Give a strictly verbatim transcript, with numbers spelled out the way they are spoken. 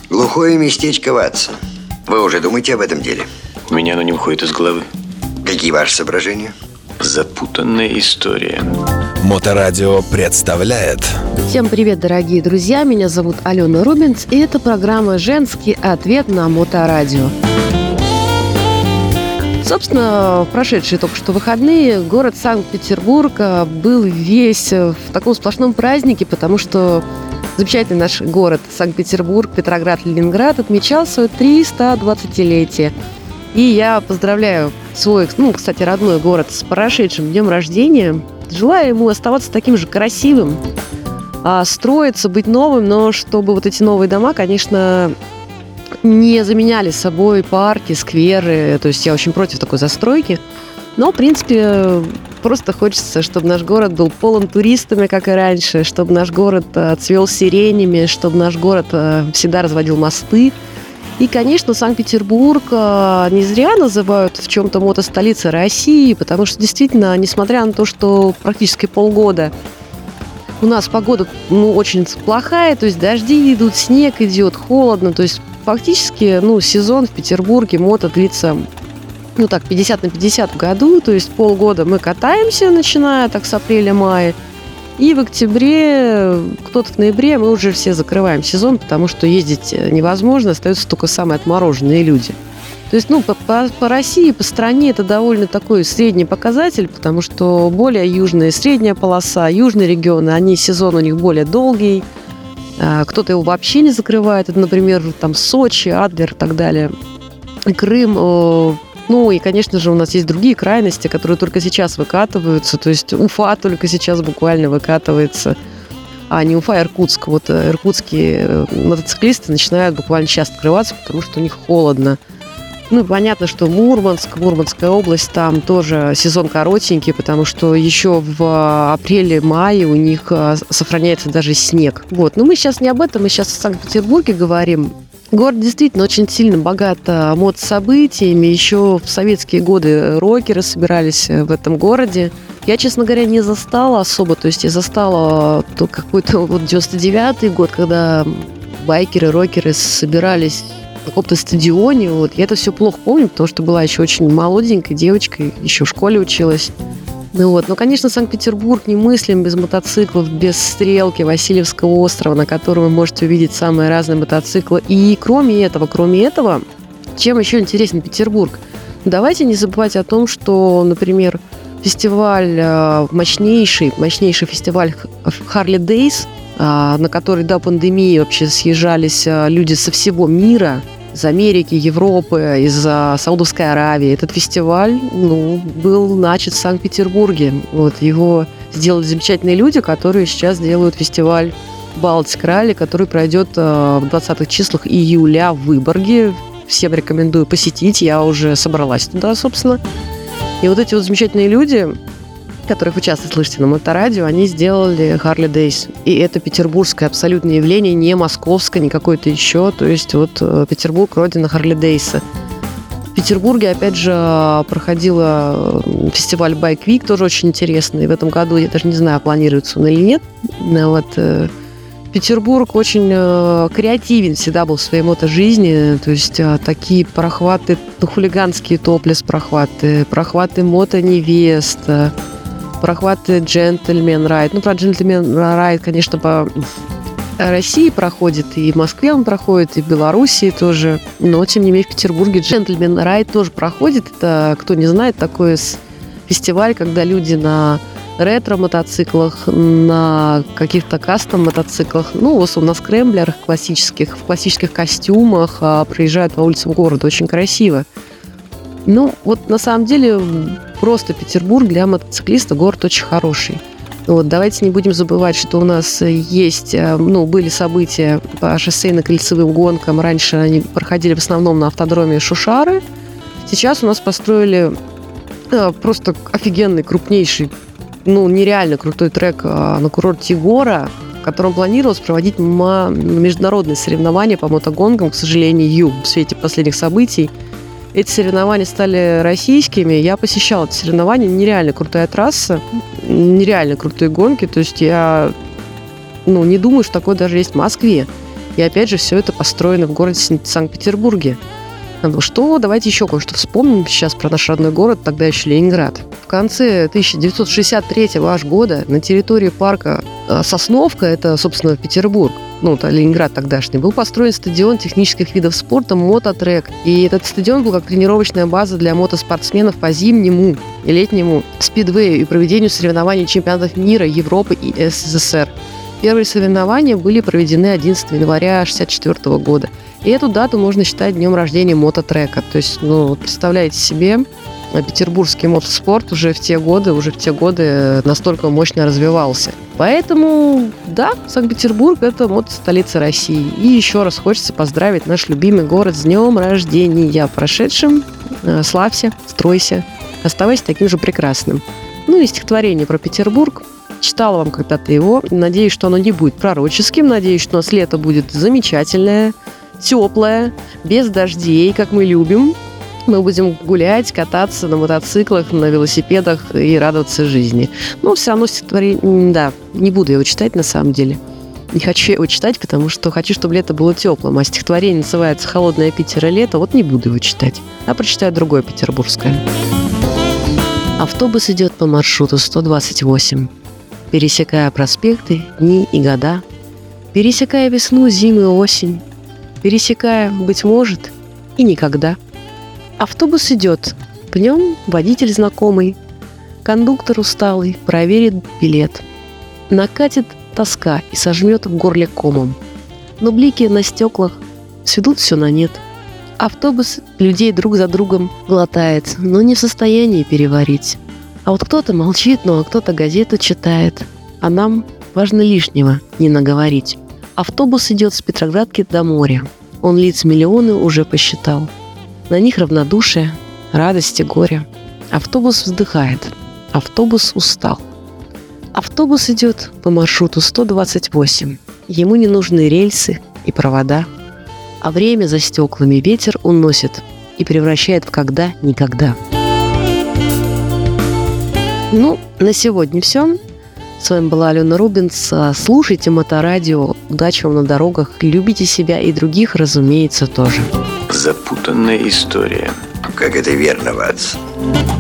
Глухое местечко Ватсон. Вы уже думаете об этом деле? У меня оно не выходит из головы. Какие ваши соображения? Запутанная история. Моторадио представляет. Всем привет, дорогие друзья. Меня зовут Алена Рубинс, и это программа «Женский ответ» на Моторадио. Собственно, в прошедшие только что выходные город Санкт-Петербург был весь в таком сплошном празднике, потому что замечательный наш город Санкт-Петербург, Петроград, Ленинград отмечал свое триста двадцатилетие. И я поздравляю свой, ну, кстати, родной город с прошедшим днем рождения. Желаю ему оставаться таким же красивым, строиться, быть новым, но чтобы вот эти новые дома, конечно, не заменяли собой парки, скверы. То есть я очень против такой застройки. Но, в принципе, просто хочется, чтобы наш город был полон туристами, как и раньше, чтобы наш город цвел сиренями, чтобы наш город всегда разводил мосты. И, конечно, Санкт-Петербург не зря называют в чем-то мотостолицей России, потому что, действительно, несмотря на то, что практически полгода у нас погода, ну, очень плохая, то есть дожди идут, снег идет, холодно, то есть фактически, ну, сезон в Петербурге мото длится, ну, так, пятьдесят на пятьдесят в году, то есть полгода мы катаемся, начиная так с апреля-мая, и в октябре, кто-то в ноябре мы уже все закрываем сезон, потому что ездить невозможно, остаются только самые отмороженные люди. То есть, ну, по, по, по России, по стране это довольно такой средний показатель, потому что более южная, средняя полоса, южные регионы, они, сезон у них более долгий, кто-то его вообще не закрывает. Это, например, там Сочи, Адлер и так далее, Крым. Ну и, конечно же, у нас есть другие крайности, которые только сейчас выкатываются. То есть Уфа только сейчас буквально выкатывается. А не Уфа, а Иркутск. Вот иркутские мотоциклисты начинают буквально сейчас открываться, потому что у них холодно. Ну и понятно, что Мурманск, Мурманская область, там тоже сезон коротенький, потому что еще в апреле-мае у них сохраняется даже снег. Вот. Но мы сейчас не об этом, мы сейчас в Санкт-Петербурге говорим. Город действительно очень сильно богат мотособытиями. Еще в советские годы рокеры собирались в этом городе. Я, честно говоря, не застала особо. То есть я застала какой-то вот девяносто девятый год, когда байкеры, рокеры собирались на каком-то стадионе. Вот. Я это все плохо помню, потому что была еще очень молоденькой девочкой, еще в школе училась. Ну вот. Но, конечно, Санкт-Петербург немыслим без мотоциклов, без стрелки Васильевского острова, на котором вы можете увидеть самые разные мотоциклы. И кроме этого, кроме этого, чем еще интересен Петербург? Давайте не забывать о том, что, например, фестиваль, мощнейший, мощнейший фестиваль Harley Days, на который до пандемии вообще съезжались люди со всего мира, из Америки, Европы, из Саудовской Аравии. Этот фестиваль, ну, был начат в Санкт-Петербурге. Вот, его сделали замечательные люди, которые сейчас делают фестиваль Балтик Ралли, который пройдет в двадцатых числах июля в Выборге. Всем рекомендую посетить. Я уже собралась туда, собственно. И вот эти вот замечательные люди, которых вы часто слышите на Моторадио, они сделали Harley Days. И это петербургское абсолютное явление, не московское, не какое-то еще. То есть вот Петербург – родина Harley Days. В Петербурге, опять же, проходила фестиваль Bike Week, тоже очень интересный. В этом году, я даже не знаю, планируется он или нет. Вот. Петербург очень креативен всегда был в своей мотожизни. То есть такие прохваты, ну, хулиганские топлес-прохваты, прохваты мото-невест, прохваты джентльмен райд. Ну, про джентльмен райд, конечно, по России проходит, и в Москве он проходит, и в Белоруссии тоже. Но, тем не менее, в Петербурге джентльмен райд тоже проходит. Это, кто не знает, такой фестиваль, когда люди на ретро-мотоциклах, на каких-то кастом-мотоциклах, ну, в основном на скрэмблерах классических, в классических костюмах проезжают по улицам города. Очень красиво. Ну, вот на самом деле просто Петербург для мотоциклиста город очень хороший. Вот, давайте не будем забывать, что у нас есть, ну, были события по шоссейно-кольцевым гонкам. Раньше они проходили в основном на автодроме Шушары. Сейчас у нас построили просто офигенный, крупнейший, ну, нереально крутой трек на курорте Егора, в котором планировалось проводить международные соревнования по мотогонкам. К сожалению, в свете последних событий эти соревнования стали российскими. Я посещала эти соревнования. Нереально крутая трасса, нереально крутые гонки. То есть я, ну, не думаю, что такое даже есть в Москве. И опять же, все это построено в городе Санкт-Петербурге. Ну что, давайте еще кое-что вспомним сейчас про наш родной город, тогда еще Ленинград. В конце тысяча девятьсот шестьдесят третьего аж года на территории парка Сосновка, это, собственно, Петербург, ну, это Ленинград тогдашний, был построен стадион технических видов спорта «Мототрек». И этот стадион был как тренировочная база для мотоспортсменов по зимнему и летнему спидвею и проведению соревнований чемпионатов мира, Европы и СССР. Первые соревнования были проведены одиннадцатого января тысяча девятьсот шестьдесят четвёртого года. И эту дату можно считать днем рождения мототрека. То есть, ну, представляете себе, петербургский мотоспорт уже в те годы, уже в те годы настолько мощно развивался. Поэтому, да, Санкт-Петербург – это мотостолица России. И еще раз хочется поздравить наш любимый город с днем рождения прошедшим. Славься, стройся, оставайся таким же прекрасным. Ну и стихотворение про Петербург. Читала вам когда-то его. Надеюсь, что оно не будет пророческим. Надеюсь, что у нас лето будет замечательное, теплое, без дождей, как мы любим. Мы будем гулять, кататься на мотоциклах, на велосипедах и радоваться жизни. Но все равно стихотворение... Да, не буду его читать на самом деле. Не хочу его читать, потому что хочу, чтобы лето было теплым. А стихотворение называется «Холодное Питер и лето». Вот не буду его читать, а прочитаю другое петербургское. Автобус идет по маршруту сто двадцать восемь. Пересекая проспекты, дни и года, пересекая весну, зиму и осень, пересекая, быть может, и никогда. Автобус идет, в нем водитель знакомый, кондуктор усталый проверит билет. Накатит тоска и сожмет в горле комом, но блики на стеклах сведут все на нет. Автобус людей друг за другом глотает, но не в состоянии переварить. А вот кто-то молчит, ну а кто-то газету читает. А нам важно лишнего не наговорить. Автобус идет с Петроградки до моря. Он лиц миллионы уже посчитал. На них равнодушие, радость и горе. Автобус вздыхает. Автобус устал. Автобус идет по маршруту сто двадцать восемь. Ему не нужны рельсы и провода. А время за стеклами ветер уносит и превращает в когда-никогда. Ну, на сегодня все. С вами была Алена Рубинс. Слушайте Моторадио. Удачи вам на дорогах. Любите себя и других, разумеется, тоже. Запутанная история. Как это верно, Ватсон?